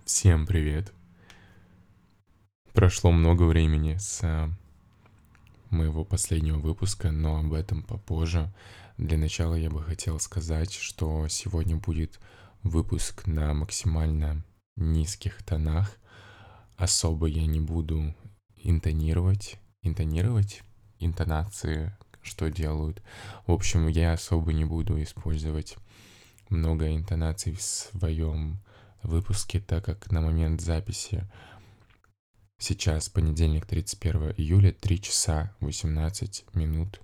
Всем привет! Прошло много времени с моего последнего выпуска, но об этом попозже. Для начала я бы хотел сказать, что сегодня будет выпуск на максимально низких тонах. Особо я не буду интонировать интонации, что делают. В общем, я особо не буду использовать много интонаций в своем выпуске, так как на момент записи сейчас понедельник, 31 июля, 3 часа 18 минут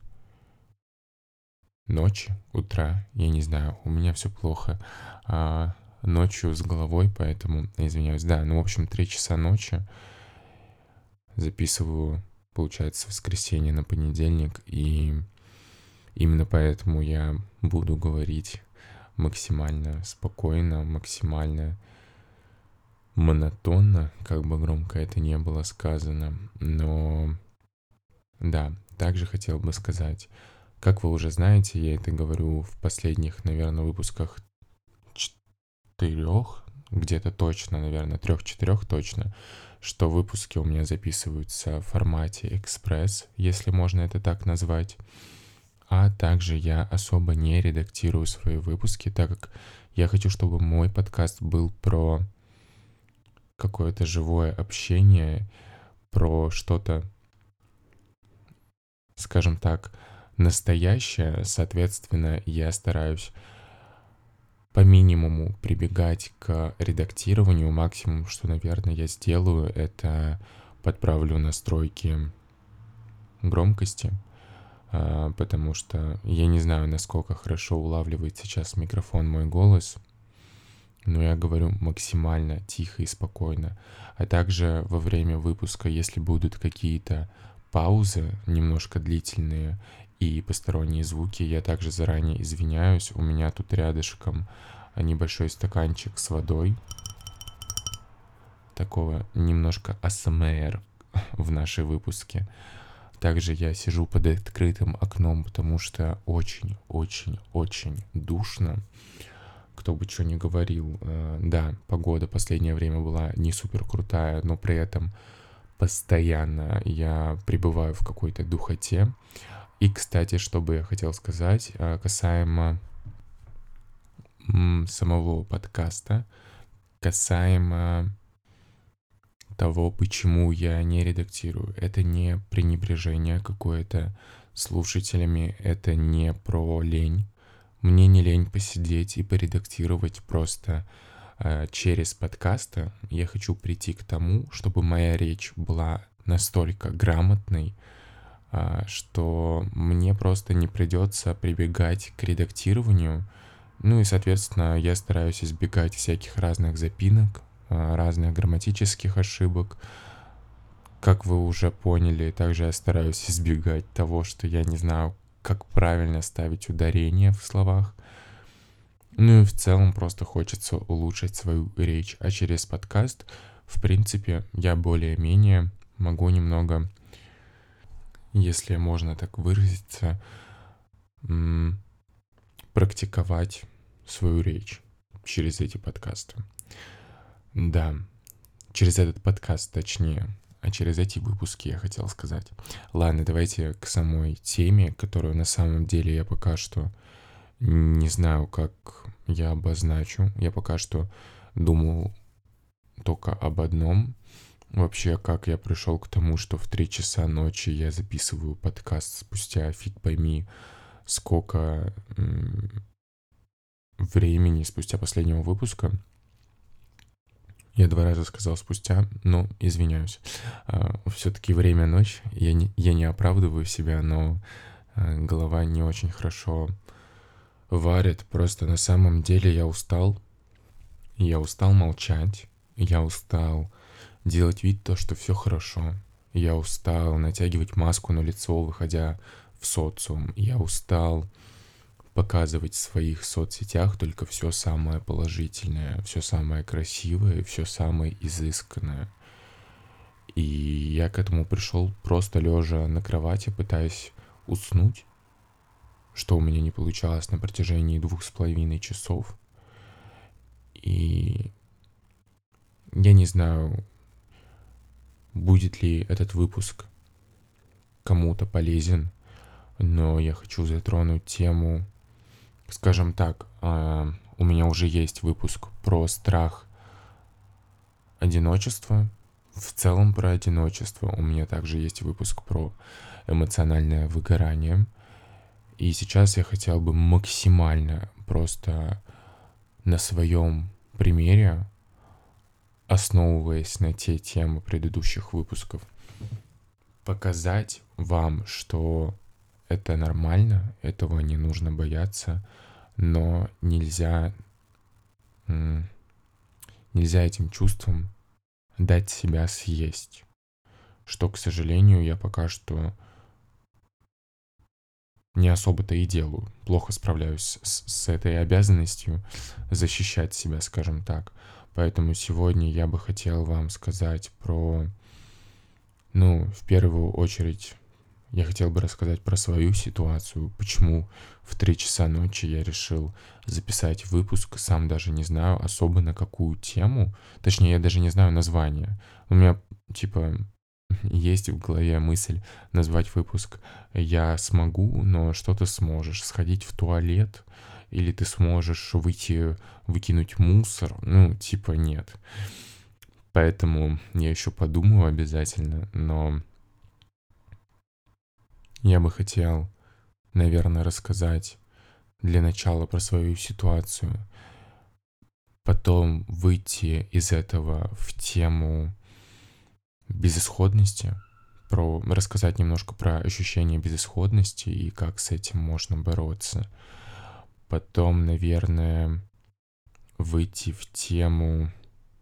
ночи, утра, я не знаю, у меня все плохо ночью с головой, поэтому извиняюсь. Да, ну, в общем, 3 часа ночи записываю, получается, с воскресенья на понедельник, и именно поэтому я буду говорить максимально спокойно, максимально монотонно, как бы громко это не было сказано, но да, также хотел бы сказать, как вы уже знаете, я это говорю в последних, наверное, выпусках 4, где-то точно, наверное, 3-4 точно, что выпуски у меня записываются в формате экспресс, если можно это так назвать. А также я особо не редактирую свои выпуски, так как я хочу, чтобы мой подкаст был про какое-то живое общение, про что-то, скажем так, настоящее. Соответственно, я стараюсь по минимуму прибегать к редактированию. Максимум, что, наверное, я сделаю, это подправлю настройки громкости, потому что я не знаю, насколько хорошо улавливает сейчас микрофон мой голос, но я говорю максимально тихо и спокойно. А также во время выпуска, если будут какие-то паузы немножко длительные и посторонние звуки, я также заранее извиняюсь. У меня тут рядышком небольшой стаканчик с водой. Такого немножко АСМР в нашей выпуске. Также я сижу под открытым окном, потому что очень-очень-очень душно. Кто бы что ни говорил, да, погода последнее время была не супер крутая, но при этом постоянно я пребываю в какой-то духоте. И, кстати, что бы я хотел сказать касаемо самого подкаста, касаемо того, почему я не редактирую. Это не пренебрежение какое-то слушателями, это не про лень. Мне не лень посидеть и поредактировать просто через подкасты. Я хочу прийти к тому, чтобы моя речь была настолько грамотной, что мне просто не придется прибегать к редактированию. Ну и, соответственно, я стараюсь избегать всяких разных запинок, разных грамматических ошибок. Как вы уже поняли, также я стараюсь избегать того, что я не знаю, как правильно ставить ударение в словах. Ну и в целом просто хочется улучшить свою речь. А через подкаст, в принципе, я более-менее могу немного, если можно так выразиться, практиковать свою речь через эти подкасты. Да, через этот подкаст точнее, а через эти выпуски я хотел сказать. Ладно, давайте к самой теме, которую на самом деле я пока что не знаю, как я обозначу. Я пока что думал только об одном. Вообще, как я пришел к тому, что в 3 часа ночи я записываю подкаст спустя фиг пойми сколько времени, спустя последнего выпуска. Я 2 раза сказал спустя, но извиняюсь. Все-таки время ночь, я не оправдываю себя, но голова не очень хорошо варит. Просто на самом деле я устал. Я устал молчать. Я устал делать вид то, что все хорошо. Я устал натягивать маску на лицо, выходя в социум. Я устал показывать в своих соцсетях только все самое положительное, все самое красивое, все самое изысканное. И я к этому пришел просто лежа на кровати, пытаясь уснуть, что у меня не получалось на протяжении 2,5 часов. И Я не знаю, будет ли этот выпуск кому-то полезен, но я хочу затронуть тему, скажем так, у меня уже есть выпуск про страх одиночества, в целом про одиночество. У меня также есть выпуск про эмоциональное выгорание. И сейчас я хотел бы максимально просто на своем примере, основываясь на те темы предыдущих выпусков, показать вам, что это нормально, этого не нужно бояться, но нельзя этим чувствам дать себя съесть. Что, к сожалению, я пока что не особо-то и делаю. Плохо справляюсь с этой обязанностью защищать себя, скажем так. Поэтому сегодня я бы хотел вам сказать про... в первую очередь, я хотел бы рассказать про свою ситуацию, почему в 3 часа ночи я решил записать выпуск, сам даже не знаю особо на какую тему, точнее, я даже не знаю название. У меня, есть в голове мысль назвать выпуск «Я смогу, но что ты сможешь? Сходить в туалет? Или ты сможешь выйти, выкинуть мусор?» Нет. Поэтому я еще подумаю обязательно, но я бы хотел, наверное, рассказать для начала про свою ситуацию, потом выйти из этого в тему безысходности, рассказать немножко про ощущение безысходности и как с этим можно бороться. Потом, наверное, выйти в тему...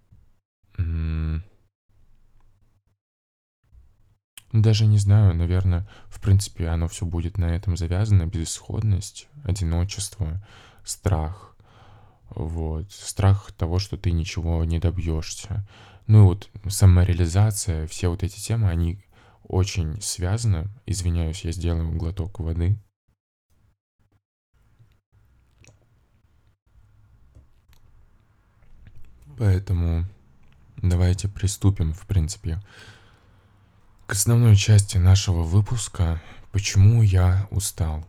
Даже не знаю, наверное, в принципе, оно все будет на этом завязано. Безысходность, одиночество, страх. Вот. Страх того, что ты ничего не добьешься. Самореализация, все вот эти темы, они очень связаны. Извиняюсь, я сделаю глоток воды. Поэтому давайте приступим, в принципе, к основной части нашего выпуска. Почему я устал?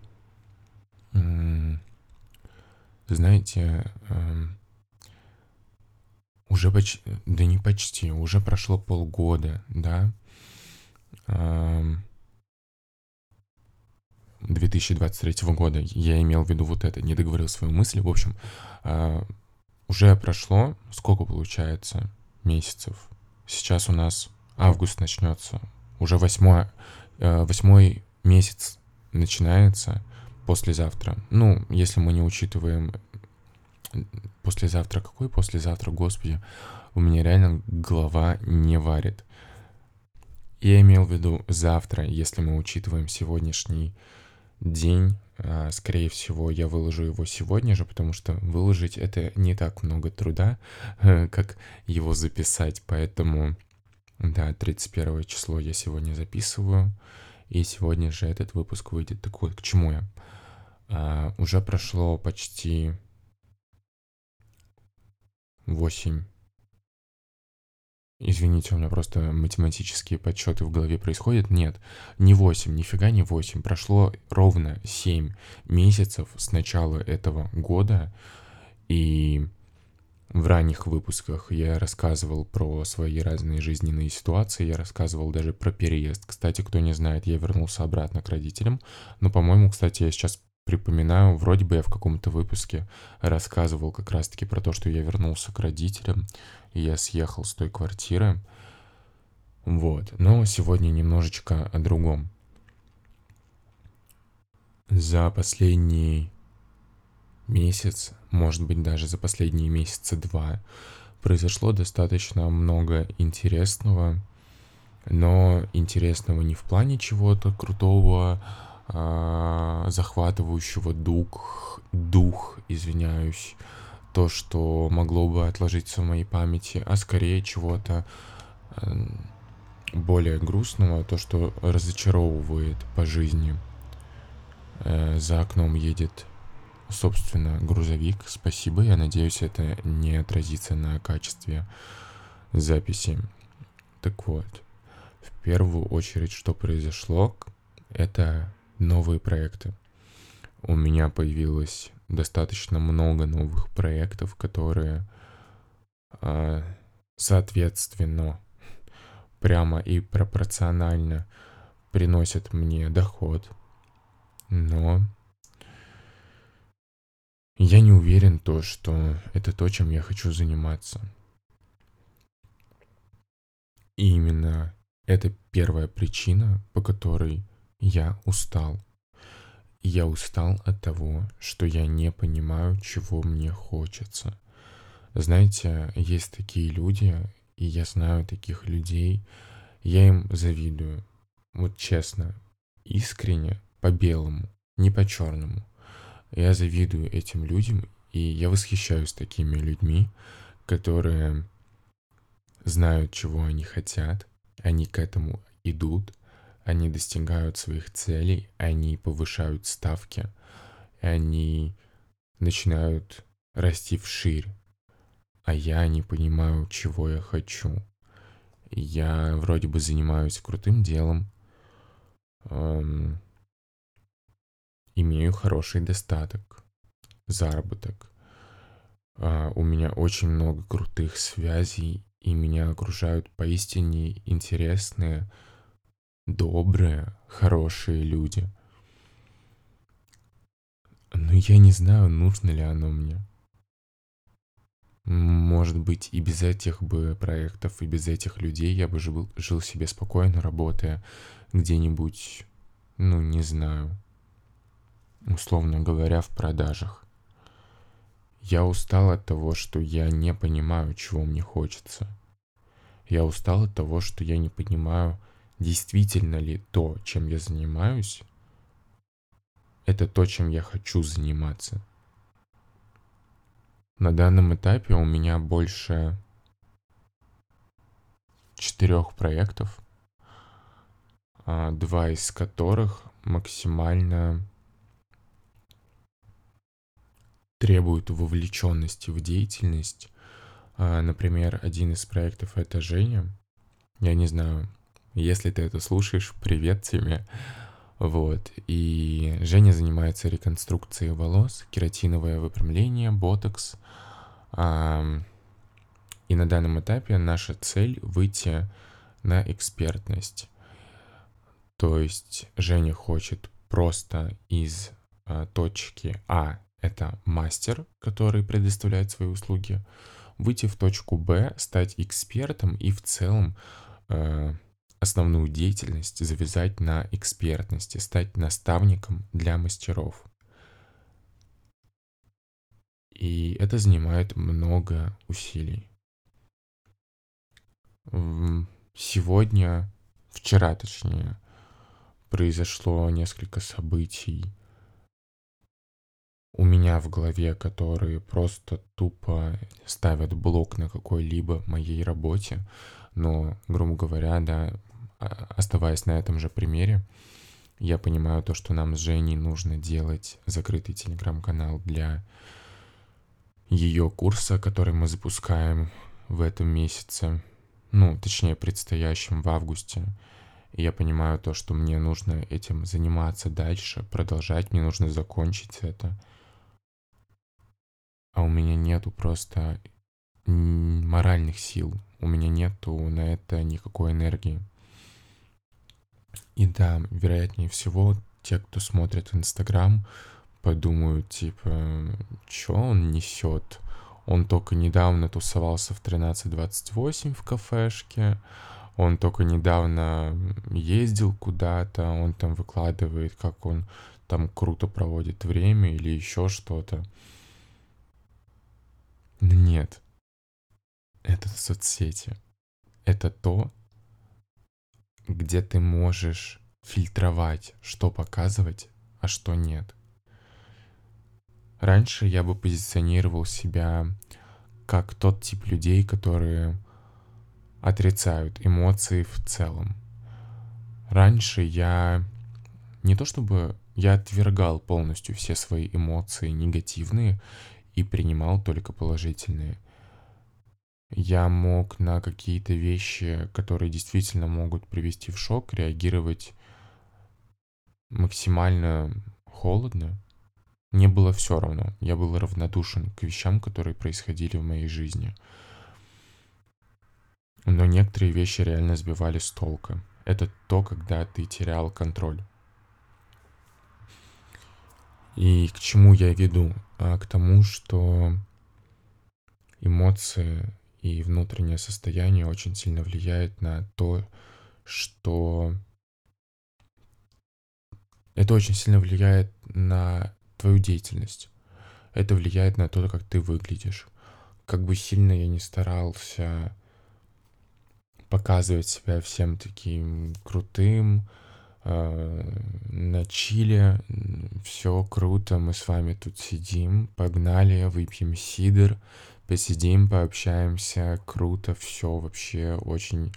Знаете, уже уже прошло полгода, да, 2023 года, я имел в виду не договорил свою мысль, в общем, уже прошло, сколько получается, месяцев, сейчас у нас август начнется, уже восьмой месяц начинается послезавтра, если мы не учитываем послезавтра. Какой послезавтра, господи? У меня реально голова не варит. Я имел в виду завтра, если мы учитываем сегодняшний день. Скорее всего, я выложу его сегодня же, потому что выложить это не так много труда, как его записать. Поэтому, да, 31 число я сегодня записываю. И сегодня же этот выпуск выйдет. Так вот, к чему я? Уже прошло почти 8. Извините, у меня просто математические подсчеты в голове происходят. Нет, не 8, нифига не 8. Прошло ровно 7 месяцев с начала этого года. И в ранних выпусках я рассказывал про свои разные жизненные ситуации. Я рассказывал даже про переезд. Кстати, кто не знает, я вернулся обратно к родителям. Но, по-моему, кстати, я сейчас припоминаю, вроде бы я в каком-то выпуске рассказывал как раз-таки про то, что я вернулся к родителям, и я съехал с той квартиры. Вот. Но сегодня немножечко о другом. За последний месяц, может быть, даже за последние месяца 2, произошло достаточно много интересного, но интересного не в плане чего-то крутого, захватывающего дух, извиняюсь, то, что могло бы отложиться в моей памяти, а скорее чего-то более грустного, то, что разочаровывает по жизни. За окном едет, собственно, грузовик. Спасибо, я надеюсь, это не отразится на качестве записи. Так вот, в первую очередь, что произошло, это новые проекты. У меня появилось достаточно много новых проектов, которые, а, соответственно, прямо и пропорционально приносят мне доход, но я не уверен то, что это то, чем я хочу заниматься. И именно это первая причина, по которой я устал. Я устал от того, что я не понимаю, чего мне хочется. Знаете, есть такие люди, и я знаю таких людей, я им завидую. Вот честно, искренне, по-белому, не по-черному. Я завидую этим людям, и я восхищаюсь такими людьми, которые знают, чего они хотят, они к этому идут, они достигают своих целей, они повышают ставки, они начинают расти вширь, а я не понимаю, чего я хочу. Я вроде бы занимаюсь крутым делом, эм, имею хороший достаток, заработок. У меня очень много крутых связей, и меня окружают поистине интересные, добрые, хорошие люди. Но я не знаю, нужно ли оно мне. Может быть, и без этих бы проектов, и без этих людей я бы жил себе спокойно, работая где-нибудь, ну, не знаю, условно говоря, в продажах. Я устал от того, что я не понимаю, чего мне хочется. Я устал от того, что я не понимаю, действительно ли то, чем я занимаюсь, это то, чем я хочу заниматься. На данном этапе у меня больше 4 проектов, 2 из которых максимально требуют вовлеченности в деятельность. Например, один из проектов — это Женя. Я не знаю, если ты это слушаешь, привет тебе. Вот. И Женя занимается реконструкцией волос, кератиновое выпрямление, ботокс. И на данном этапе наша цель — выйти на экспертность. То есть Женя хочет просто из точки А, это мастер, который предоставляет свои услуги, выйти в точку Б, стать экспертом и в целом основную деятельность завязать на экспертности, стать наставником для мастеров. И это занимает много усилий. Вчера точнее, произошло несколько событий у меня в голове, которые просто тупо ставят блок на какой-либо моей работе. Но, грубо говоря, да, оставаясь на этом же примере, я понимаю то, что нам с Женей нужно делать закрытый телеграм-канал для ее курса, который мы запускаем в этом месяце, ну, точнее, предстоящем в августе. И я понимаю то, что мне нужно этим заниматься дальше, продолжать, мне нужно закончить это. А у меня нету просто моральных сил, у меня нету на это никакой энергии. И да, вероятнее всего, те, кто смотрит Инстаграм, подумают, типа, чё он несет? Он только недавно тусовался в 1328 в кафешке, он только недавно ездил куда-то, он там выкладывает, как он там круто проводит время или еще что-то. Но нет, это соцсети. Это то, где ты можешь фильтровать, что показывать, а что нет. Раньше я бы позиционировал себя как тот тип людей, которые отрицают эмоции в целом. Раньше я не то чтобы я отвергал полностью все свои эмоции негативные и принимал только положительные. Я мог на какие-то вещи, которые действительно могут привести в шок, реагировать максимально холодно. Мне было все равно. Я был равнодушен к вещам, которые происходили в моей жизни. Но некоторые вещи реально сбивали с толка. Это то, когда ты терял контроль. И к чему я веду? К тому, что эмоции и внутреннее состояние очень сильно влияет на то, что... Это очень сильно влияет на твою деятельность. Это влияет на то, как ты выглядишь. Как бы сильно я ни старался показывать себя всем таким крутым, на чиле, все круто, мы с вами тут сидим, погнали, выпьем сидр, посидим, пообщаемся, круто, все вообще очень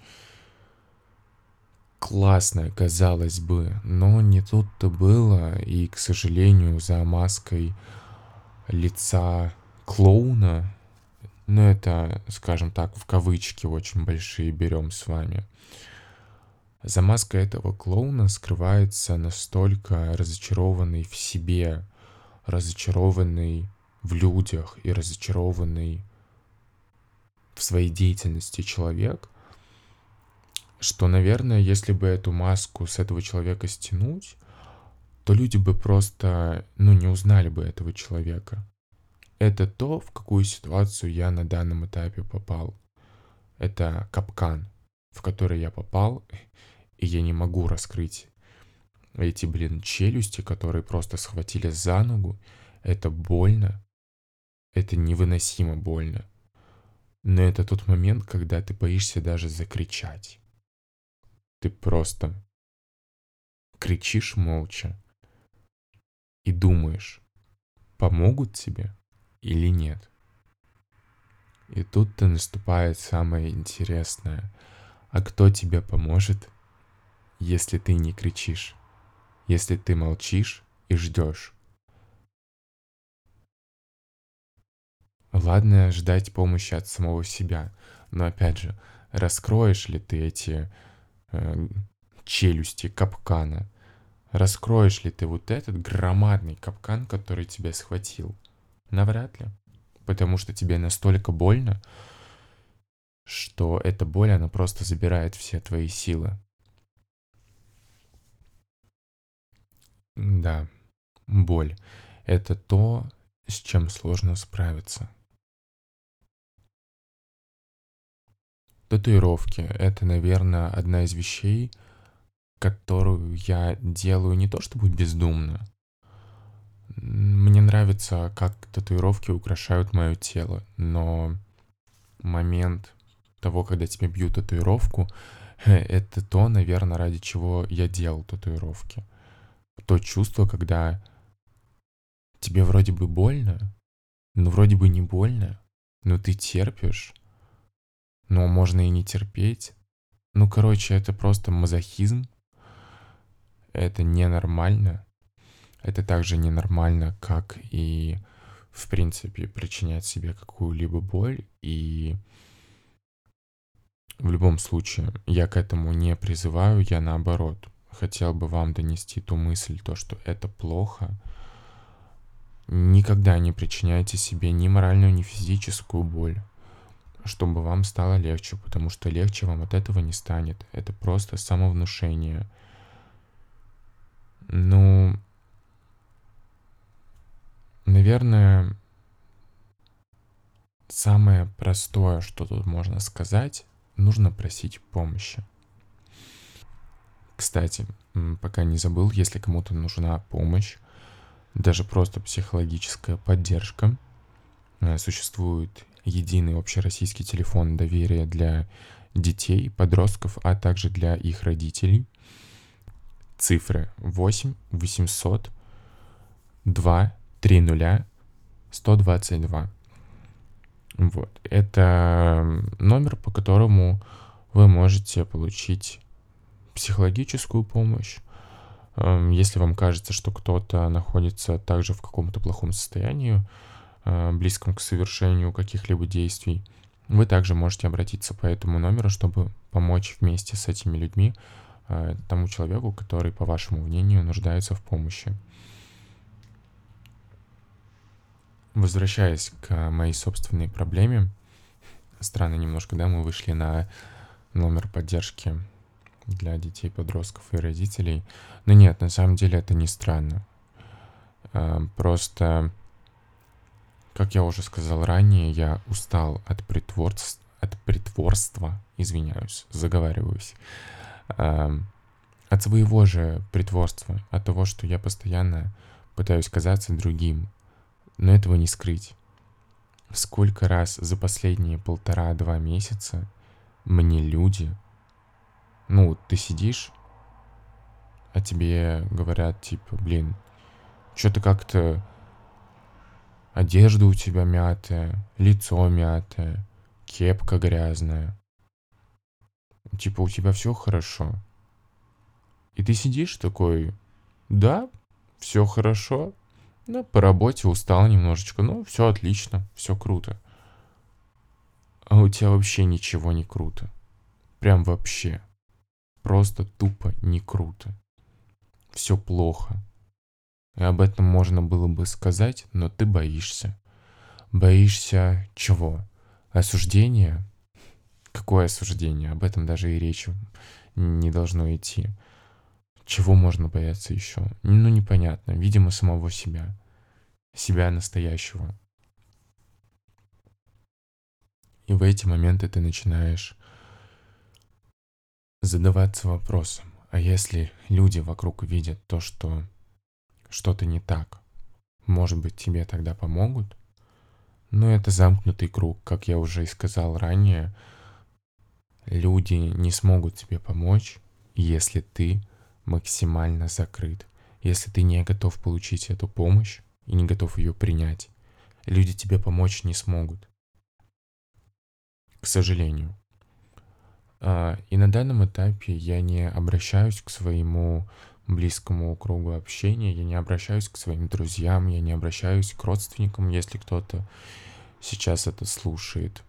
классно, казалось бы, но не тут-то было, и, к сожалению, за маской лица клоуна, ну это, скажем так, в кавычки очень большие берем с вами, за маской этого клоуна скрывается настолько разочарованный в себе, разочарованный в людях и разочарованный в своей деятельности человек, что, наверное, если бы эту маску с этого человека стянуть, то люди бы просто, не узнали бы этого человека. Это то, в какую ситуацию я на данном этапе попал. Это капкан, в который я попал, и я не могу раскрыть эти, челюсти, которые просто схватили за ногу. Это больно, это невыносимо больно. Но это тот момент, когда ты боишься даже закричать. Ты просто кричишь молча и думаешь, помогут тебе или нет. И тут-то наступает самое интересное. А кто тебе поможет, если ты не кричишь? Если ты молчишь и ждешь? Ладно ждать помощи от самого себя, но опять же, раскроешь ли ты эти э, челюсти капкана? Раскроешь ли ты вот этот громадный капкан, который тебя схватил? Навряд ли. Потому что тебе настолько больно, что эта боль, она просто забирает все твои силы. Да, боль. Это то, с чем сложно справиться. Татуировки — это, наверное, одна из вещей, которую я делаю не то чтобы бездумно. Мне нравится, как татуировки украшают мое тело, но момент того, когда тебе бьют татуировку, это то, наверное, ради чего я делал татуировки. То чувство, когда тебе вроде бы больно, но вроде бы не больно, но ты терпишь, но можно и не терпеть. Ну, короче, это просто мазохизм, это ненормально. Это также ненормально, как и, в принципе, причинять себе какую-либо боль. И в любом случае, я к этому не призываю, я наоборот хотел бы вам донести ту мысль, то, что это плохо. Никогда не причиняйте себе ни моральную, ни физическую боль, чтобы вам стало легче, потому что легче вам от этого не станет. Это просто самовнушение. Ну, наверное, самое простое, что тут можно сказать, нужно просить помощи. Кстати, пока не забыл, если кому-то нужна помощь, даже просто психологическая поддержка, существует единый общероссийский телефон доверия для детей, подростков, а также для их родителей. Цифры 8 800 2 30 122. Вот. Это номер, по которому вы можете получить психологическую помощь. Если вам кажется, что кто-то находится также в каком-то плохом состоянии, близком к совершению каких-либо действий, Вы также можете обратиться по этому номеру, чтобы помочь вместе с этими людьми тому человеку, который, по вашему мнению, нуждается в помощи. Возвращаясь к моей собственной проблеме, странно немножко, да, мы вышли на номер поддержки для детей, подростков и родителей. Но нет, на самом деле это не странно. Просто, как я уже сказал ранее, я устал от притворства, извиняюсь, заговариваюсь, от своего же притворства, от того, что я постоянно пытаюсь казаться другим, но этого не скрыть. Сколько раз за последние 1,5-2 месяца мне люди, ты сидишь, а тебе говорят, типа, блин, что-то как-то одежда у тебя мятая, лицо мятое, кепка грязная. Типа, у тебя все хорошо. И ты сидишь такой, да, все хорошо, да, по работе устал немножечко, все отлично, все круто. А у тебя вообще ничего не круто. Прям вообще. Просто тупо не круто. Все плохо. И об этом можно было бы сказать, но ты боишься. Боишься чего? Осуждения? Какое осуждение? Об этом даже и речи не должно идти. Чего можно бояться еще? Непонятно. Видимо, самого себя. Себя настоящего. И в эти моменты ты начинаешь задаваться вопросом, а если люди вокруг видят то, что что-то не так, может быть, тебе тогда помогут? Но это замкнутый круг, как я уже и сказал ранее. Люди не смогут тебе помочь, если ты максимально закрыт, если ты не готов получить эту помощь и не готов ее принять. Люди тебе помочь не смогут. К сожалению. И на данном этапе я не обращаюсь к своему близкому кругу общения, я не обращаюсь к своим друзьям, я не обращаюсь к родственникам, если кто-то сейчас это слушает.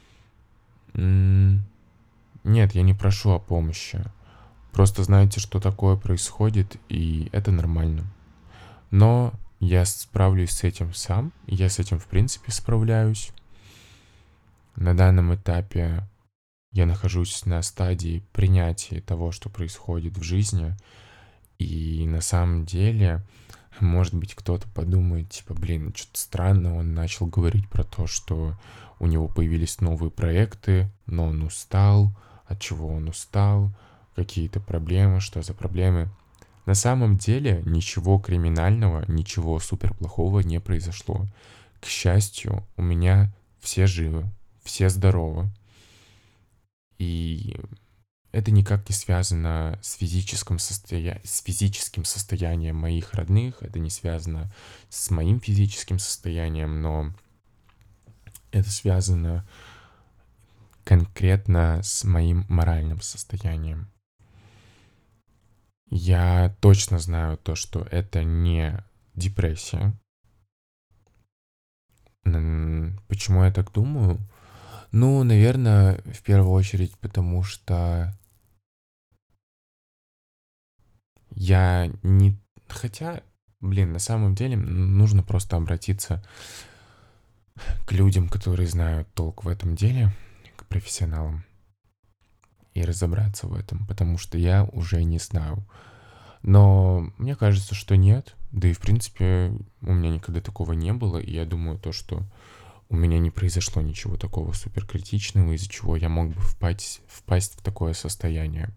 Нет, я не прошу о помощи. Просто знаете, что такое происходит, и это нормально. Но я справлюсь с этим сам, я с этим в принципе справляюсь. На данном этапе я нахожусь на стадии принятия того, что происходит в жизни. И на самом деле, может быть, кто-то подумает, типа, блин, что-то странно, он начал говорить про то, что у него появились новые проекты, но он устал. От чего он устал? Какие-то проблемы, что за проблемы? На самом деле, ничего криминального, ничего суперплохого не произошло. К счастью, у меня все живы, все здоровы. И это никак не связано с физическим состоянием моих родных, это не связано с моим физическим состоянием, но это связано конкретно с моим моральным состоянием. Я точно знаю то, что это не депрессия. Почему я так думаю? Наверное, в первую очередь, потому что я не... Хотя, на самом деле нужно просто обратиться к людям, которые знают толк в этом деле, к профессионалам, и разобраться в этом, потому что я уже не знаю. Но мне кажется, что нет. Да и в принципе у меня никогда такого не было, и я думаю то, что у меня не произошло ничего такого суперкритичного, из-за чего я мог бы впасть в такое состояние.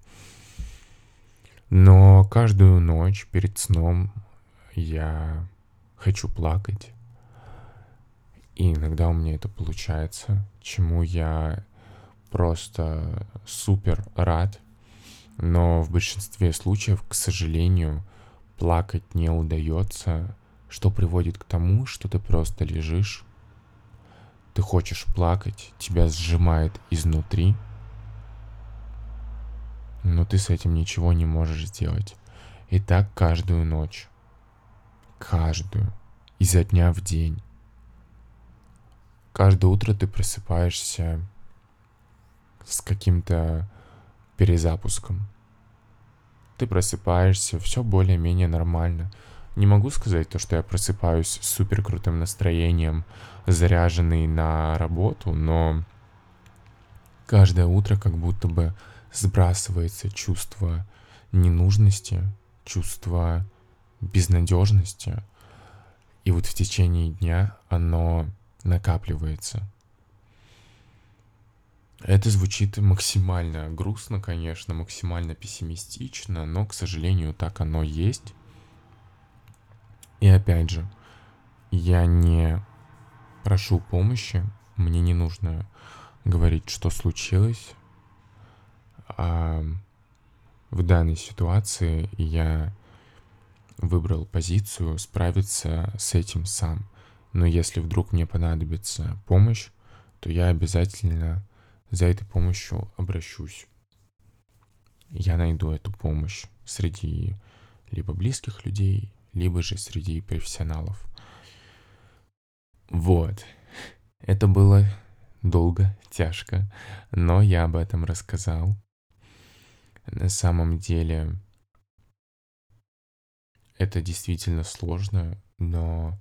Но каждую ночь перед сном я хочу плакать. И иногда у меня это получается, чему я просто супер рад. Но в большинстве случаев, к сожалению, плакать не удается, что приводит к тому, что ты просто лежишь, ты хочешь плакать, тебя сжимает изнутри, но ты с этим ничего не можешь сделать. И так каждую ночь. Каждую. Изо дня в день. Каждое утро ты просыпаешься с каким-то перезапуском. Ты просыпаешься, все более-менее нормально. Не могу сказать то, что я просыпаюсь с супер крутым настроением, заряженный на работу, но каждое утро как будто бы сбрасывается чувство ненужности, чувство безнадежности, и вот в течение дня оно накапливается. Это звучит максимально грустно, конечно, максимально пессимистично, но, к сожалению, так оно есть. И опять же, я не прошу помощи, мне не нужно говорить, что случилось. А в данной ситуации я выбрал позицию справиться с этим сам. Но если вдруг мне понадобится помощь, то я обязательно за этой помощью обращусь. Я найду эту помощь среди либо близких людей, либо же среди профессионалов. Вот. Это было долго, тяжко, но я об этом рассказал. На самом деле, это действительно сложно, но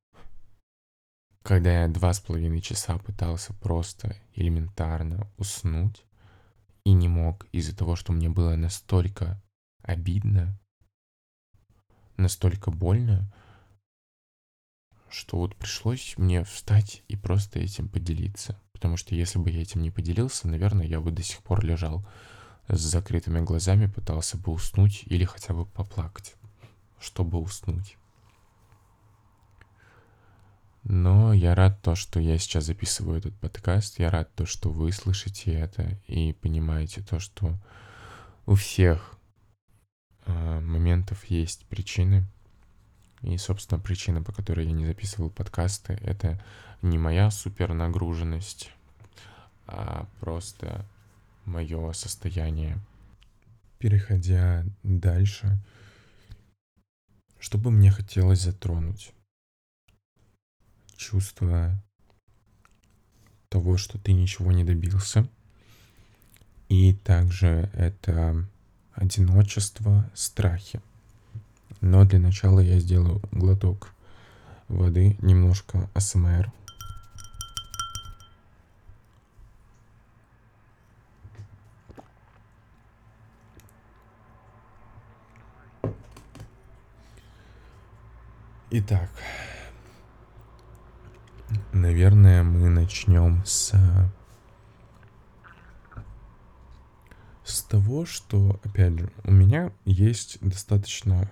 когда я 2,5 часа пытался просто элементарно уснуть и не мог из-за того, что мне было настолько обидно, настолько больно, что вот пришлось мне встать и просто этим поделиться. Потому что если бы я этим не поделился, наверное, я бы до сих пор лежал с закрытыми глазами, пытался бы уснуть или хотя бы поплакать, чтобы уснуть. Но я рад то, что я сейчас записываю этот подкаст. Я рад то, что вы слышите это и понимаете то, что у всех моментов есть причины. И, собственно, причина, по которой я не записывал подкасты, это не моя супернагруженность, а просто мое состояние. Переходя дальше, что бы мне хотелось затронуть? Чувство того, что ты ничего не добился. И также это одиночество, страхи. Но для начала я сделаю глоток воды, немножко АСМР. Итак, наверное, мы начнем с того, что, опять же, у меня есть достаточно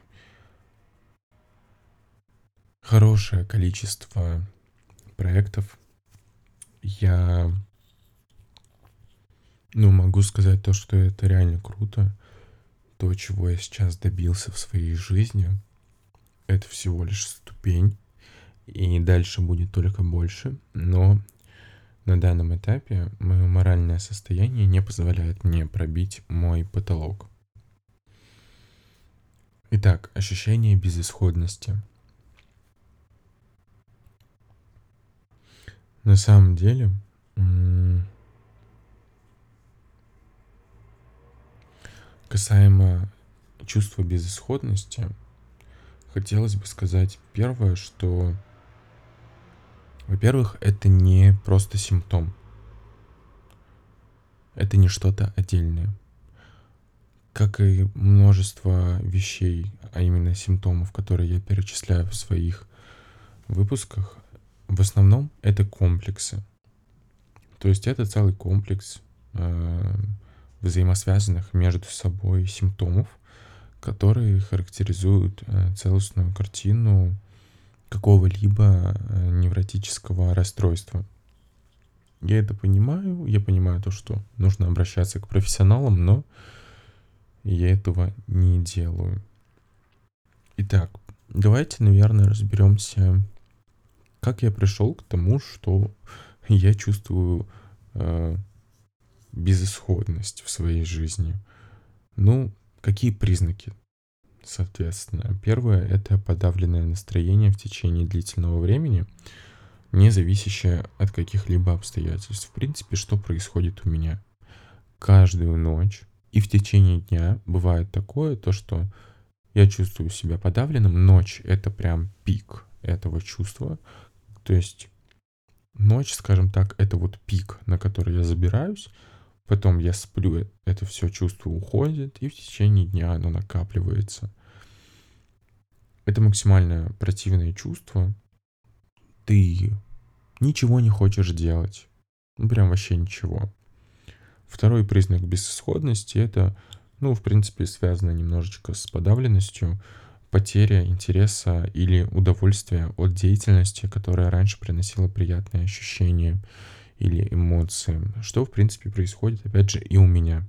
хорошее количество проектов. Я, могу сказать то, что это реально круто. То, чего я сейчас добился в своей жизни, это всего лишь ступень, и дальше будет только больше, но на данном этапе мое моральное состояние не позволяет мне пробить мой потолок. Итак, ощущение безысходности. На самом деле, касаемо чувства безысходности, хотелось бы сказать первое, что, во-первых, это не просто симптом. Это не что-то отдельное. Как и множество вещей, а именно симптомов, которые я перечисляю в своих выпусках, в основном это комплексы. То есть это целый комплекс взаимосвязанных между собой симптомов, которые характеризуют целостную картину какого-либо невротического расстройства. Я это понимаю, я понимаю то, что нужно обращаться к профессионалам, но я этого не делаю. Итак, давайте, наверное, разберемся, как я пришел к тому, что я чувствую безысходность в своей жизни. Какие признаки? Соответственно, первое — это подавленное настроение в течение длительного времени, не зависящее от каких-либо обстоятельств. В принципе, что происходит у меня? каждую ночь. И в течение дня бывает такое, то что я чувствую себя подавленным. Ночь — это прям пик этого чувства. То есть ночь, скажем так, это вот пик, на который я забираюсь. Потом я сплю, это все чувство уходит, и в течение дня оно накапливается. Это максимально противное чувство. Ты ничего не хочешь делать. Ну, прям вообще ничего. Второй признак безысходности — это, ну, в принципе, связано немножечко с подавленностью, потеря интереса или удовольствия от деятельности, которая раньше приносила приятные ощущения или эмоции, что, в принципе, происходит, опять же, и у меня.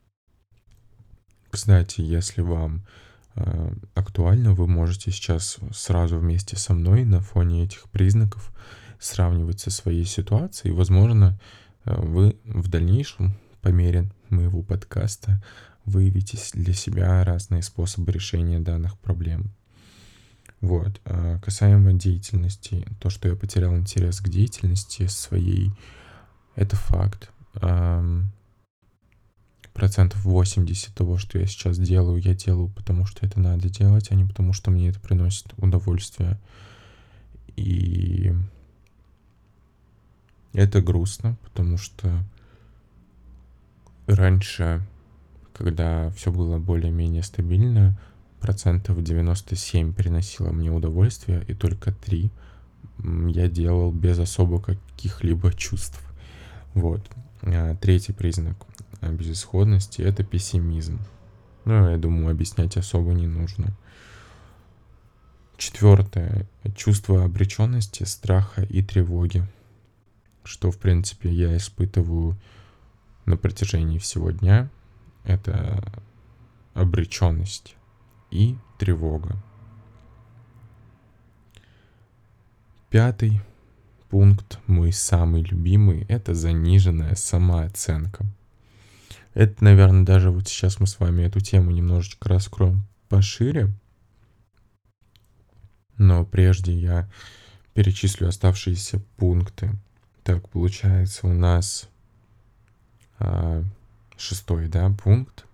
Кстати, если вам актуально, вы можете сейчас сразу вместе со мной на фоне этих признаков сравнивать со своей ситуацией. Возможно, вы в дальнейшем, по мере моего подкаста, выявите для себя разные способы решения данных проблем. Вот. Касаемо деятельности, то, что я потерял интерес к деятельности своей, это факт. Процентов 80 того, что я сейчас делаю, я делаю, потому что это надо делать, а не потому, что мне это приносит удовольствие. И это грустно, потому что раньше, когда все было более-менее стабильно, процентов 97 приносило мне удовольствие, и только 3 я делал без особо каких-либо чувств. Вот. Третий признак безысходности — это пессимизм. Ну, я думаю, объяснять особо не нужно. Четвертое — чувство обреченности, страха и тревоги, что, в принципе, я испытываю на протяжении всего дня. Это обреченность и тревога. Пятый пункт, мой самый любимый, это заниженная самооценка. Это, наверное, даже вот сейчас мы с вами эту тему немножечко раскроем пошире. Но прежде я перечислю оставшиеся пункты. Так, получается у нас шестой, да, пункт.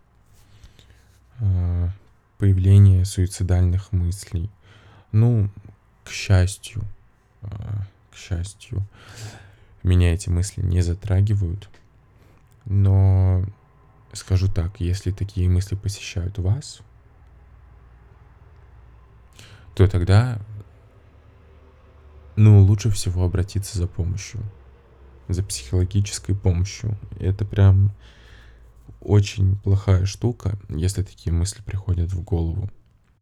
Появление суицидальных мыслей. Ну, к счастью, меня эти мысли не затрагивают. Но скажу так, если такие мысли посещают вас, то тогда, ну, лучше всего обратиться за помощью, за психологической помощью. Это прям очень плохая штука, если такие мысли приходят в голову.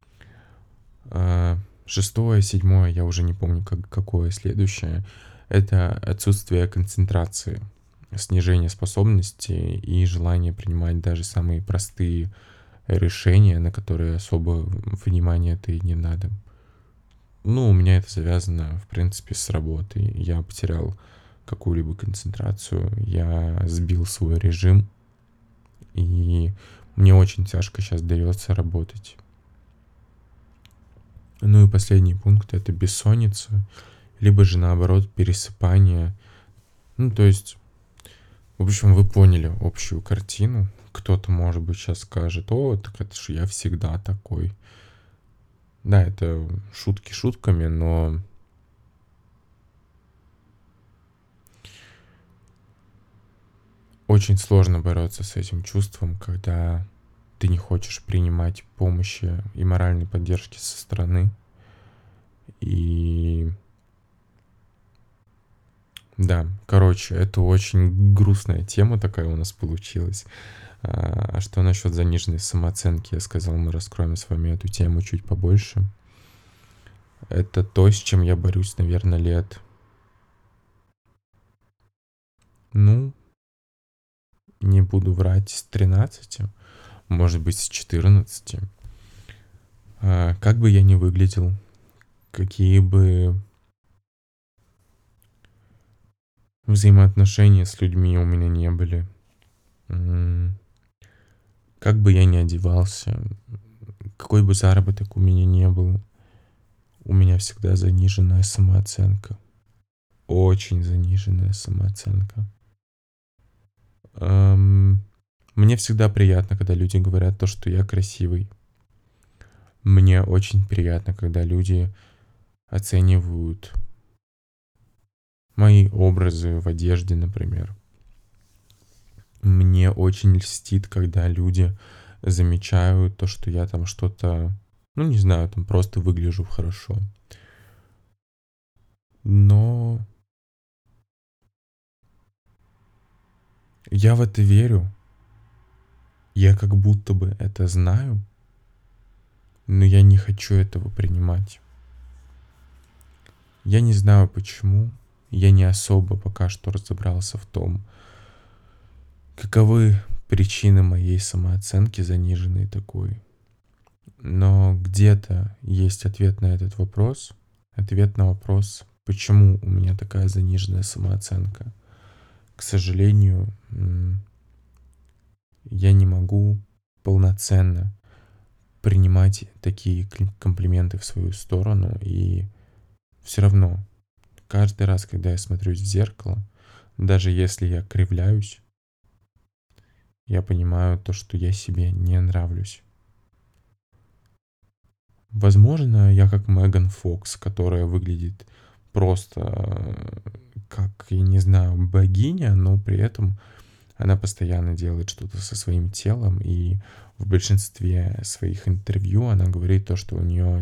Шестое, седьмое, я уже не помню, какое следующее. Это отсутствие концентрации, снижение способности и желание принимать даже самые простые решения, на которые особо внимания-то и не надо. Ну, у меня это завязано, в принципе, с работой. Я потерял какую-либо концентрацию, я сбил свой режим, и мне очень тяжко сейчас дается работать. Ну и последний пункт — это бессонница, либо же наоборот пересыпание. Ну, то есть, в общем, вы поняли общую картину. Кто-то, может быть, сейчас скажет: о, так это же я всегда такой. Да, это шутки шутками, но очень сложно бороться с этим чувством, когда ты не хочешь принимать помощи и моральной поддержки со стороны. И да, короче, это очень грустная тема такая у нас получилась. А что насчет заниженной самооценки? Я сказал, мы раскроем с вами эту тему чуть побольше. Это то, с чем я борюсь, наверное, лет, ну, не буду врать, с 13, может быть, с 14. Как бы я ни выглядел, какие бы взаимоотношения с людьми у меня не были, как бы я ни одевался, какой бы заработок у меня не был, у меня всегда заниженная самооценка. Очень заниженная самооценка. Мне всегда приятно, когда люди говорят то, что я красивый. Мне очень приятно, когда люди оценивают мои образы в одежде, например. Мне очень льстит, когда люди замечают то, что я там что-то, ну не знаю, там просто выгляжу хорошо. Но я в это верю. Я как будто бы это знаю, но я не хочу этого принимать. Я не знаю почему. Я не особо пока что разобрался в том, каковы причины моей самооценки заниженной такой. Но где-то есть ответ на этот вопрос. Ответ на вопрос, почему у меня такая заниженная самооценка. К сожалению, я не могу полноценно принимать такие комплименты в свою сторону. И все равно, каждый раз, когда я смотрюсь в зеркало, даже если я кривляюсь, я понимаю то, что я себе не нравлюсь. Возможно, я как Меган Фокс, которая выглядит просто как, я не знаю, богиня, но при этом она постоянно делает что-то со своим телом, и в большинстве своих интервью она говорит то, что у нее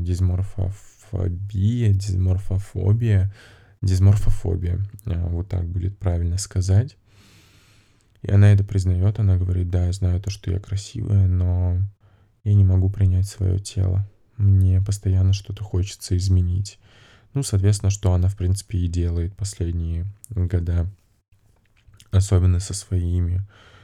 дисморфофобия, вот так будет правильно сказать. И она это признает, она говорит, да, я знаю то, что я красивая, но я не могу принять свое тело. Мне постоянно что-то хочется изменить. Ну, соответственно, что она, в принципе, и делает последние года, особенно со своими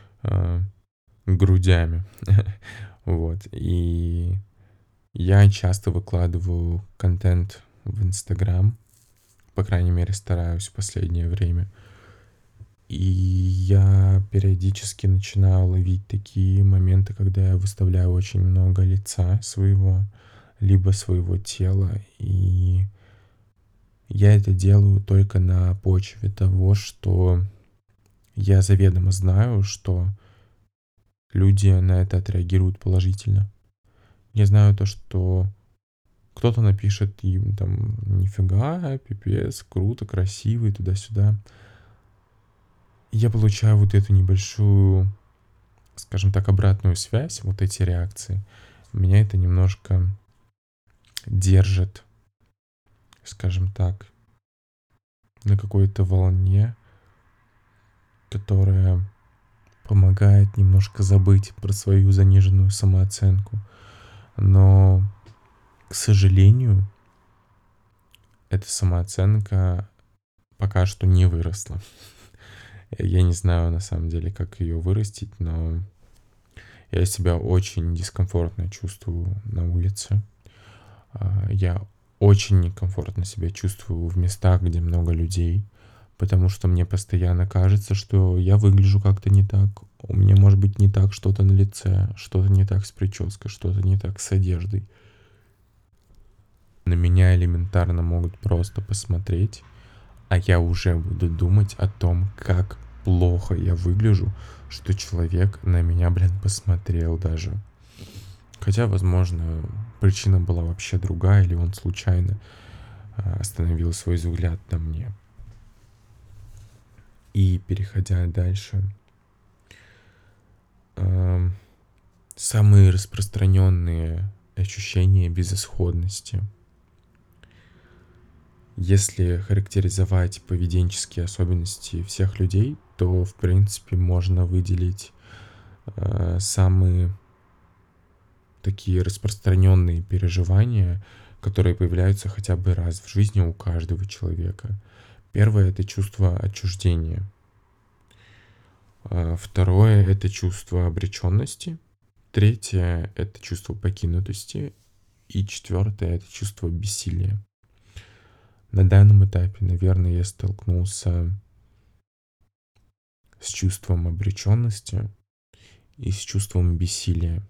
грудями. Вот. И я часто выкладываю контент в Инстаграм, по крайней мере, стараюсь в последнее время. И я периодически начинаю ловить такие моменты, когда я выставляю очень много лица своего, либо своего тела. И я это делаю только на почве того, что я заведомо знаю, что люди на это отреагируют положительно. Я знаю то, что кто-то напишет им там нифига, пипец, круто, красивый, туда-сюда. И я получаю вот эту небольшую, скажем так, обратную связь, вот эти реакции. Меня это немножко держит, скажем так, на какой-то волне, которая помогает немножко забыть про свою заниженную самооценку. Но, к сожалению, эта самооценка пока что не выросла. Я не знаю на самом деле, как ее вырастить, но я себя очень дискомфортно чувствую на улице. Я очень некомфортно себя чувствую в местах, где много людей, потому что мне постоянно кажется, что я выгляжу как-то не так. У меня может быть не так что-то на лице, что-то не так с прической, что-то не так с одеждой. На меня элементарно могут просто посмотреть, а я уже буду думать о том, как плохо я выгляжу, что человек на меня, посмотрел даже. Хотя, возможно, причина была вообще другая, или он случайно остановил свой взгляд на мне. И переходя дальше, самые распространенные ощущения безысходности. Если характеризовать поведенческие особенности всех людей, то, в принципе, можно выделить самые такие распространенные переживания, которые появляются хотя бы раз в жизни у каждого человека. Первое — это чувство отчуждения. Второе — это чувство обреченности. Третье — это чувство покинутости. И четвертое — это чувство бессилия. На данном этапе, наверное, я столкнулся с чувством обреченности и с чувством бессилия.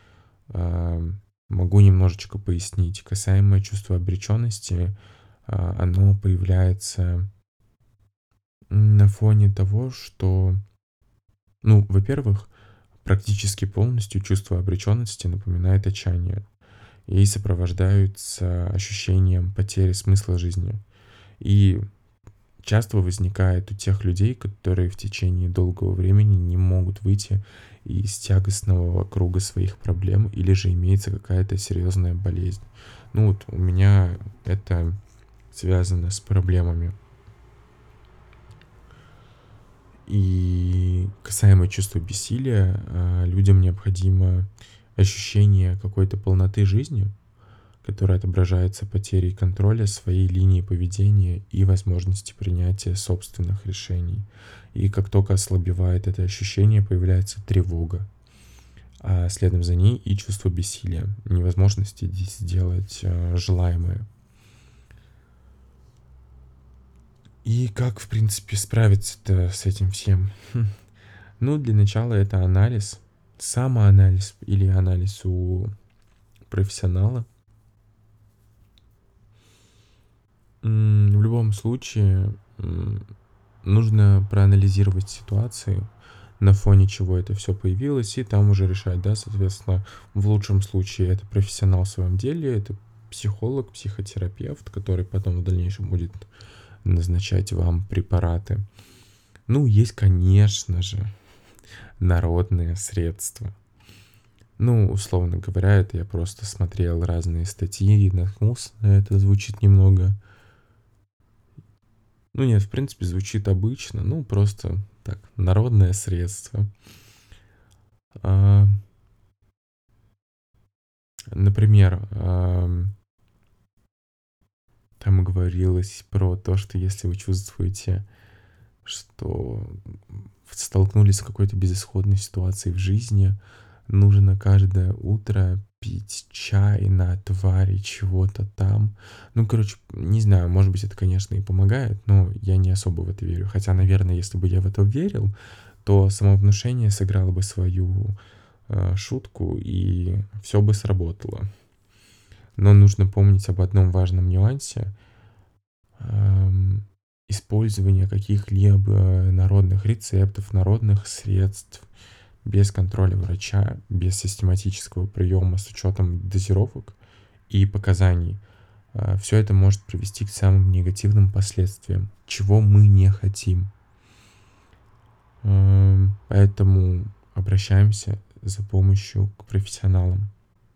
Могу немножечко пояснить. Касаемо чувства обреченности, оно появляется на фоне того, что, ну, во-первых, Практически полностью чувство обреченности напоминает отчаяние и сопровождаются ощущением потери смысла жизни. И часто возникает у тех людей, которые в течение долгого времени не могут выйти из тягостного круга своих проблем, или же имеется какая-то серьезная болезнь. Ну вот у меня это связано с проблемами. И касаемо чувства бессилия, людям необходимо ощущение какой-то полноты жизни, которая отображается потерей контроля своей линии поведения и возможности принятия собственных решений. И как только ослабевает это ощущение, появляется тревога, а следом за ней и чувство бессилия, невозможности сделать желаемое. И как, в принципе, справиться-то с этим всем? Ну, для начала это анализ, самоанализ или анализ у профессионала. В любом случае, нужно проанализировать ситуацию, на фоне чего это все появилось, и там уже решать, да, соответственно, в лучшем случае это профессионал в своем деле, это психолог, психотерапевт, который потом в дальнейшем будет назначать вам препараты. Ну, есть, конечно же, народные средства. Ну, условно говоря, это я просто смотрел разные статьи и наткнулся на это, звучит немного... Ну нет, в принципе, звучит обычно, ну просто так, народное средство. А, Например, там говорилось про то, что если вы чувствуете, что столкнулись с какой-то безысходной ситуацией в жизни, нужно каждое утро пить чай на отваре чего-то там. Ну, короче, не знаю, может быть, это, конечно, и помогает, но я не особо в это верю. Хотя, наверное, если бы я в это верил, то самовнушение сыграло бы свою шутку, и все бы сработало. Но нужно помнить об одном важном нюансе. Использование каких-либо народных рецептов, народных средств без контроля врача, без систематического приема с учетом дозировок и показаний. Все это может привести к самым негативным последствиям, чего мы не хотим. Поэтому обращаемся за помощью к профессионалам.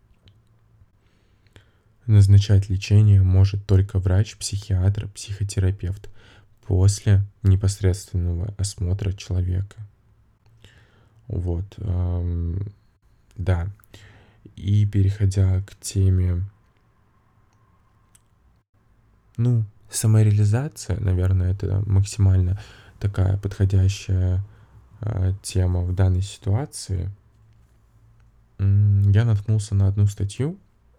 Назначать лечение может только врач, психиатр, психотерапевт после непосредственного осмотра человека. Вот, да. И переходя к теме, самореализация, наверное, это максимально такая подходящая тема в данной ситуации. Я наткнулся на одну статью,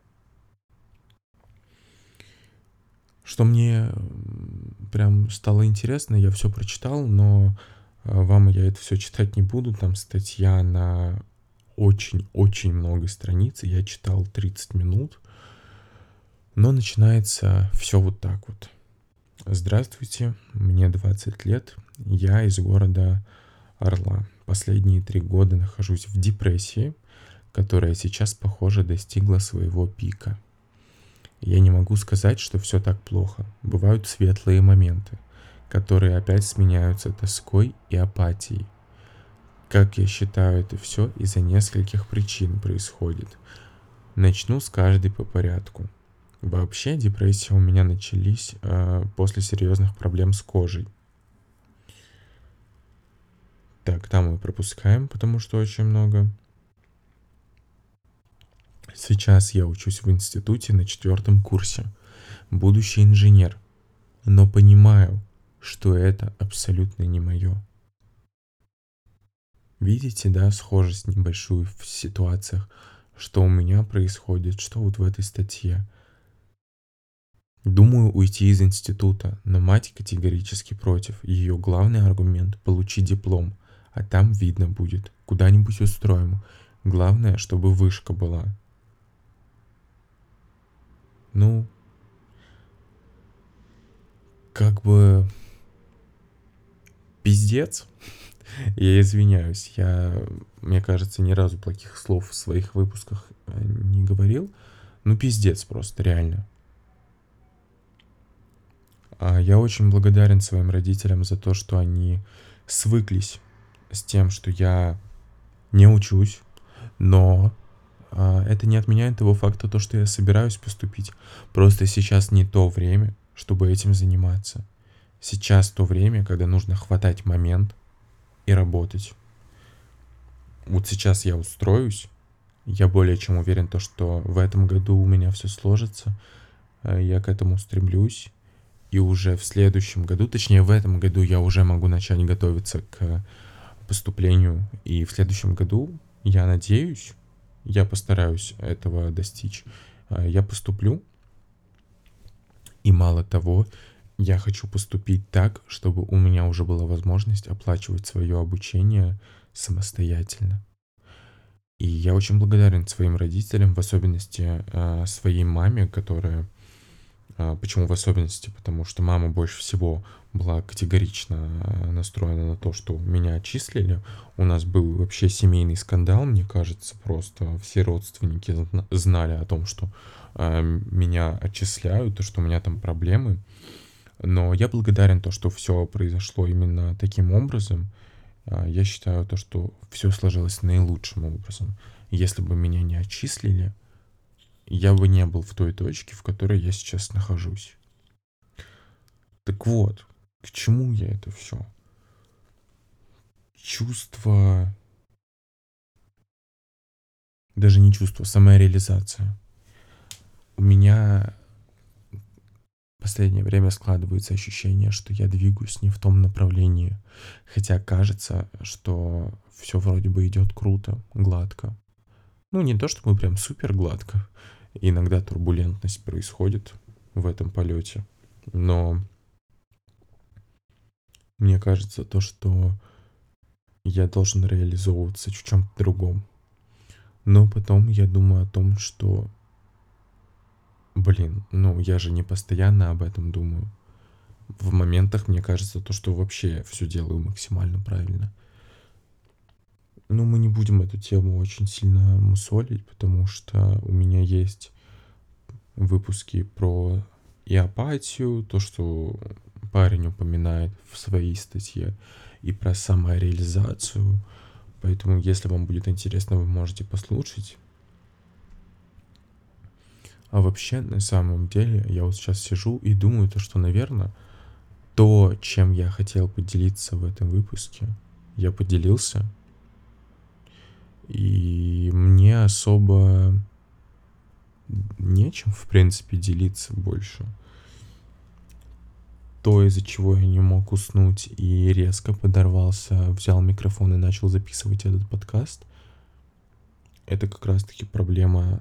что мне прям стало интересно, я все прочитал, но вам я это все читать не буду. Там статья на очень-очень много страниц, и я читал 30 минут. Но начинается все вот так вот. Здравствуйте, мне 20 лет, я из города Орла. Последние 3 года нахожусь в депрессии, которая сейчас, похоже, достигла своего пика. Я не могу сказать, что все так плохо. Бывают светлые моменты, которые опять сменяются тоской и апатией. Как я считаю, это все из-за нескольких причин происходит. Начну с каждой по порядку. Вообще депрессия у меня начались после серьезных проблем с кожей. Так, там мы пропускаем, потому что очень много. Сейчас я учусь в институте на 4 курсе. Будущий инженер. Но понимаю, что это абсолютно не мое. Видите, да, схожесть небольшую в ситуациях, что у меня происходит, что вот в этой статье. Думаю уйти из института, но мать категорически против. Ее главный аргумент — получить диплом, а там видно будет, куда-нибудь устроим. Главное, чтобы вышка была. Ну, как бы пиздец. Я извиняюсь, мне кажется, ни разу плохих слов в своих выпусках не говорил. Ну, пиздец просто, реально. Я очень благодарен своим родителям за то, что они свыклись с тем, что я не учусь, но это не отменяет того факта, то, что я собираюсь поступить. Просто сейчас не то время, чтобы этим заниматься. Сейчас то время, когда нужно хватать момент и работать. Вот сейчас я устроюсь, я более чем уверен, то, что в этом году у меня все сложится, я к этому стремлюсь, и уже в следующем году, точнее в этом году я уже могу начать готовиться к поступлению, и в следующем году, я надеюсь, я постараюсь этого достичь, я поступлю, и мало того, я хочу поступить так, чтобы у меня уже была возможность оплачивать свое обучение самостоятельно. И я очень благодарен своим родителям, в особенности своей маме, которая... Почему в особенности? Потому что мама больше всего была категорично настроена на то, что меня отчислили. У нас был вообще семейный скандал, мне кажется, просто все родственники знали о том, что меня отчисляют, и что у меня там проблемы. Но я благодарен то, что все произошло именно таким образом. Я считаю то, что все сложилось наилучшим образом. Если бы меня не отчислили, я бы не был в той точке, в которой я сейчас нахожусь. Так вот, к чему я это все? Чувство, даже не чувство, самореализация. У меня в последнее время складывается ощущение, что я двигаюсь не в том направлении. Хотя кажется, что все вроде бы идет круто, гладко. Ну, не то чтобы прям супер гладко. Иногда турбулентность происходит в этом полете. Но мне кажется то, что я должен реализовываться в чем-то другом. Но потом я думаю о том, что, блин, ну я же не постоянно об этом думаю. В моментах мне кажется то, что вообще все делаю максимально правильно. Но мы не будем эту тему очень сильно мусолить, потому что у меня есть выпуски про и апатию, то, что парень упоминает в своей статье, и про самореализацию. Поэтому, если вам будет интересно, вы можете послушать. А вообще, на самом деле, я вот сейчас сижу и думаю, то, что, наверное, то, чем я хотел поделиться в этом выпуске, я поделился. И мне особо нечем, в принципе, делиться больше. То, из-за чего я не мог уснуть и резко подорвался, взял микрофон и начал записывать этот подкаст, это как раз-таки проблема...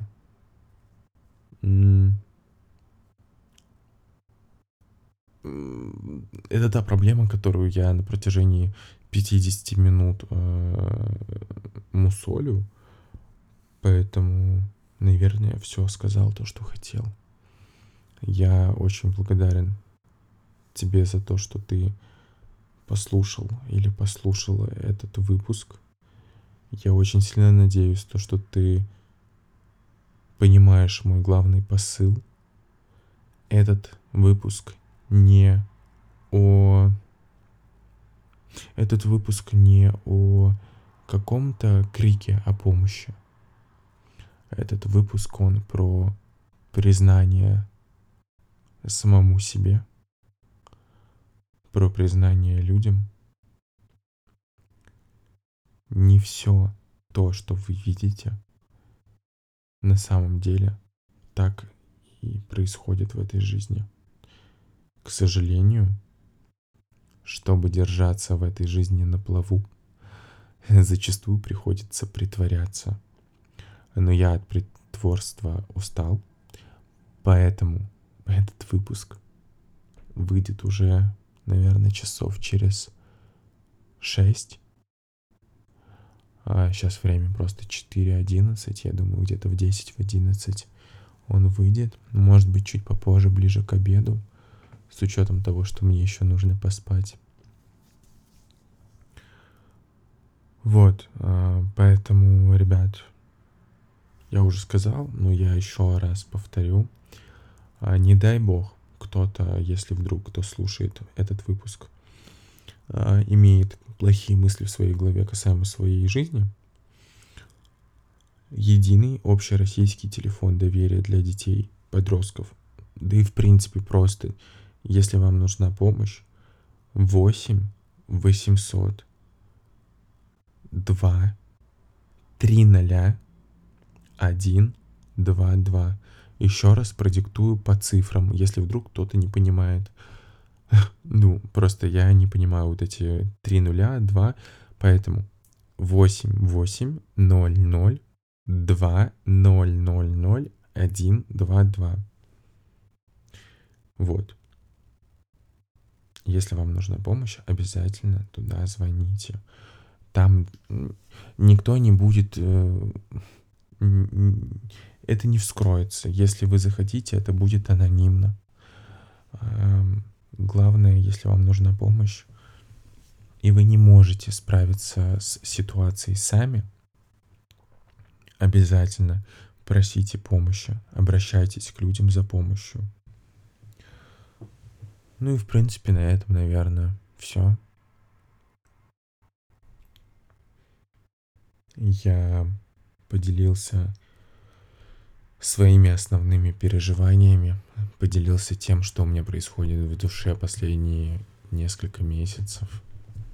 Это та проблема, которую я на протяжении 50 минут мусолю. Поэтому, наверное, все сказал то, что хотел. Я очень благодарен тебе за то, что ты послушал или послушала этот выпуск. Я очень сильно надеюсь, то, что ты понимаешь мой главный посыл. Этот выпуск не о... Этот выпуск не о каком-то крике о помощи. Этот выпуск, он про признание самому себе, про признание людям. Не все то, что вы видите, на самом деле так и происходит в этой жизни. К сожалению, чтобы держаться в этой жизни на плаву, зачастую приходится притворяться. Но я от притворства устал, поэтому этот выпуск выйдет уже, наверное, часов через 6. Сейчас время просто 4:11, я думаю, где-то в 10-11 он выйдет. Может быть, чуть попозже, ближе к обеду, с учетом того, что мне еще нужно поспать. Вот, поэтому, ребят, я уже сказал, но я еще раз повторю. Не дай бог, кто-то, если вдруг кто слушает этот выпуск, имеет плохие мысли в своей голове касаемо своей жизни, единый общероссийский телефон доверия для детей, подростков, да и в принципе просто, если вам нужна помощь, 8 800 2 300 122. Еще раз продиктую по цифрам, если вдруг кто-то не понимает. Ну, просто я не понимаю вот эти 3 нуля, 2, поэтому 8 8 0 0 2 0 0 0 1 2 2. Вот. Если вам нужна помощь, обязательно туда звоните. Там никто не будет... Это не вскроется. Если вы захотите, это будет анонимно. Главное, если вам нужна помощь, и вы не можете справиться с ситуацией сами, обязательно просите помощи, обращайтесь к людям за помощью. Ну и в принципе на этом, наверное, все. Я поделился своими основными переживаниями, поделился тем, что у меня происходит в душе последние несколько месяцев.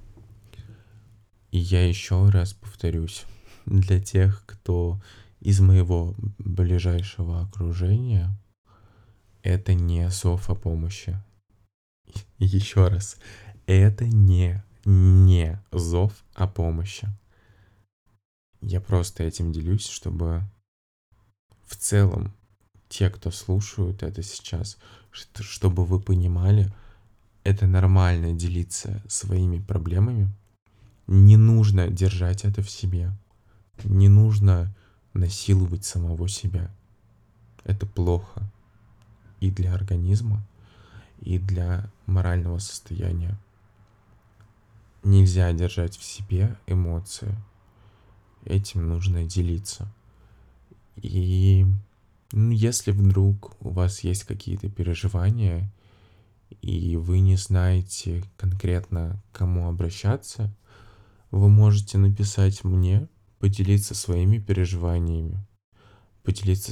И я еще раз повторюсь, для тех, кто из моего ближайшего окружения, это не зов о помощи. Еще раз, это не зов о помощи. Я просто этим делюсь, чтобы в целом те, кто слушают это сейчас, чтобы вы понимали, это нормально делиться своими проблемами. Не нужно держать это в себе. Не нужно насиловать самого себя. Это плохо и для организма, и для морального состояния. Нельзя держать в себе эмоции. Этим нужно делиться. И если вдруг у вас есть какие-то переживания, и вы не знаете конкретно, к кому обращаться, вы можете написать мне, поделиться своими переживаниями, поделиться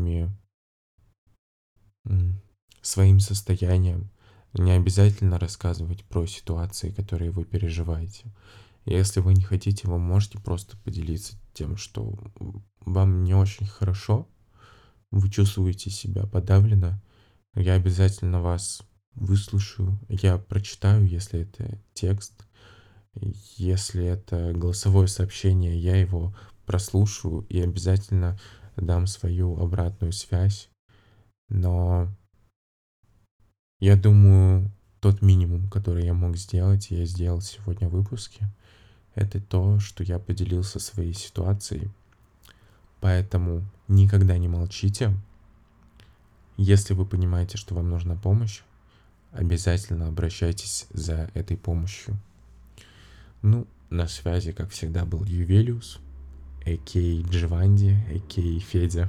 своим состоянием. Не обязательно рассказывать про ситуации, которые вы переживаете. Если вы не хотите, вы можете просто поделиться тем, что вам не очень хорошо, вы чувствуете себя подавленно. Я обязательно вас выслушаю, я прочитаю, если это текст, если это голосовое сообщение, я его прослушаю и обязательно дам свою обратную связь. Но я думаю, тот минимум, который я мог сделать, я сделал сегодня в выпуске, это то, что я поделился своей ситуацией. Поэтому никогда не молчите. Если вы понимаете, что вам нужна помощь, обязательно обращайтесь за этой помощью. Ну, на связи, как всегда, был Ювелиус, а.к.а. Джованди, а.к.а. Федя.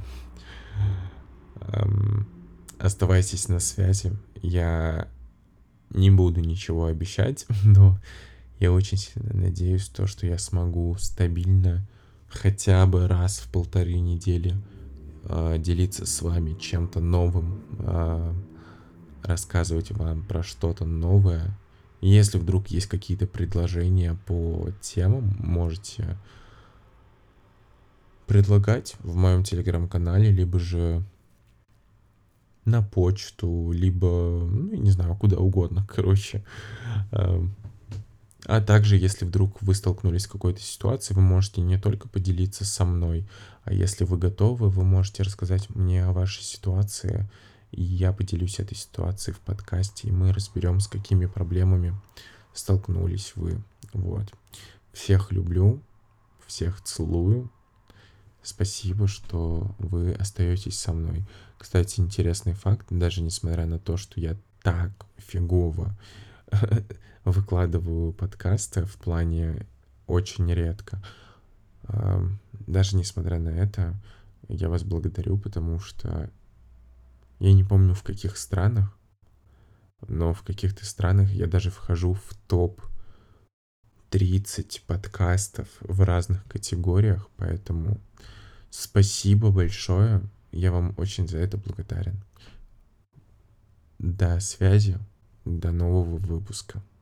Оставайтесь на связи. Я не буду ничего обещать, но я очень сильно надеюсь, что я смогу стабильно хотя бы раз в 1,5 недели делиться с вами чем-то новым, рассказывать вам про что-то новое. Если вдруг есть какие-то предложения по темам, можете предлагать в моем телеграм-канале, либо же на почту, либо, ну, не знаю, куда угодно, короче. А также, если вдруг вы столкнулись с какой-то ситуацией, вы можете не только поделиться со мной, а если вы готовы, вы можете рассказать мне о вашей ситуации, и я поделюсь этой ситуацией в подкасте, и мы разберем, с какими проблемами столкнулись вы. Вот. Всех люблю, всех целую. Спасибо, что вы остаетесь со мной. Кстати, интересный факт, даже несмотря на то, что я так фигово выкладываю подкасты в плане очень редко. Даже несмотря на это, я вас благодарю, потому что я не помню в каких странах, но в каких-то странах я даже вхожу в топ 30 подкастов в разных категориях, поэтому спасибо большое, я вам очень за это благодарен. До связи, до нового выпуска.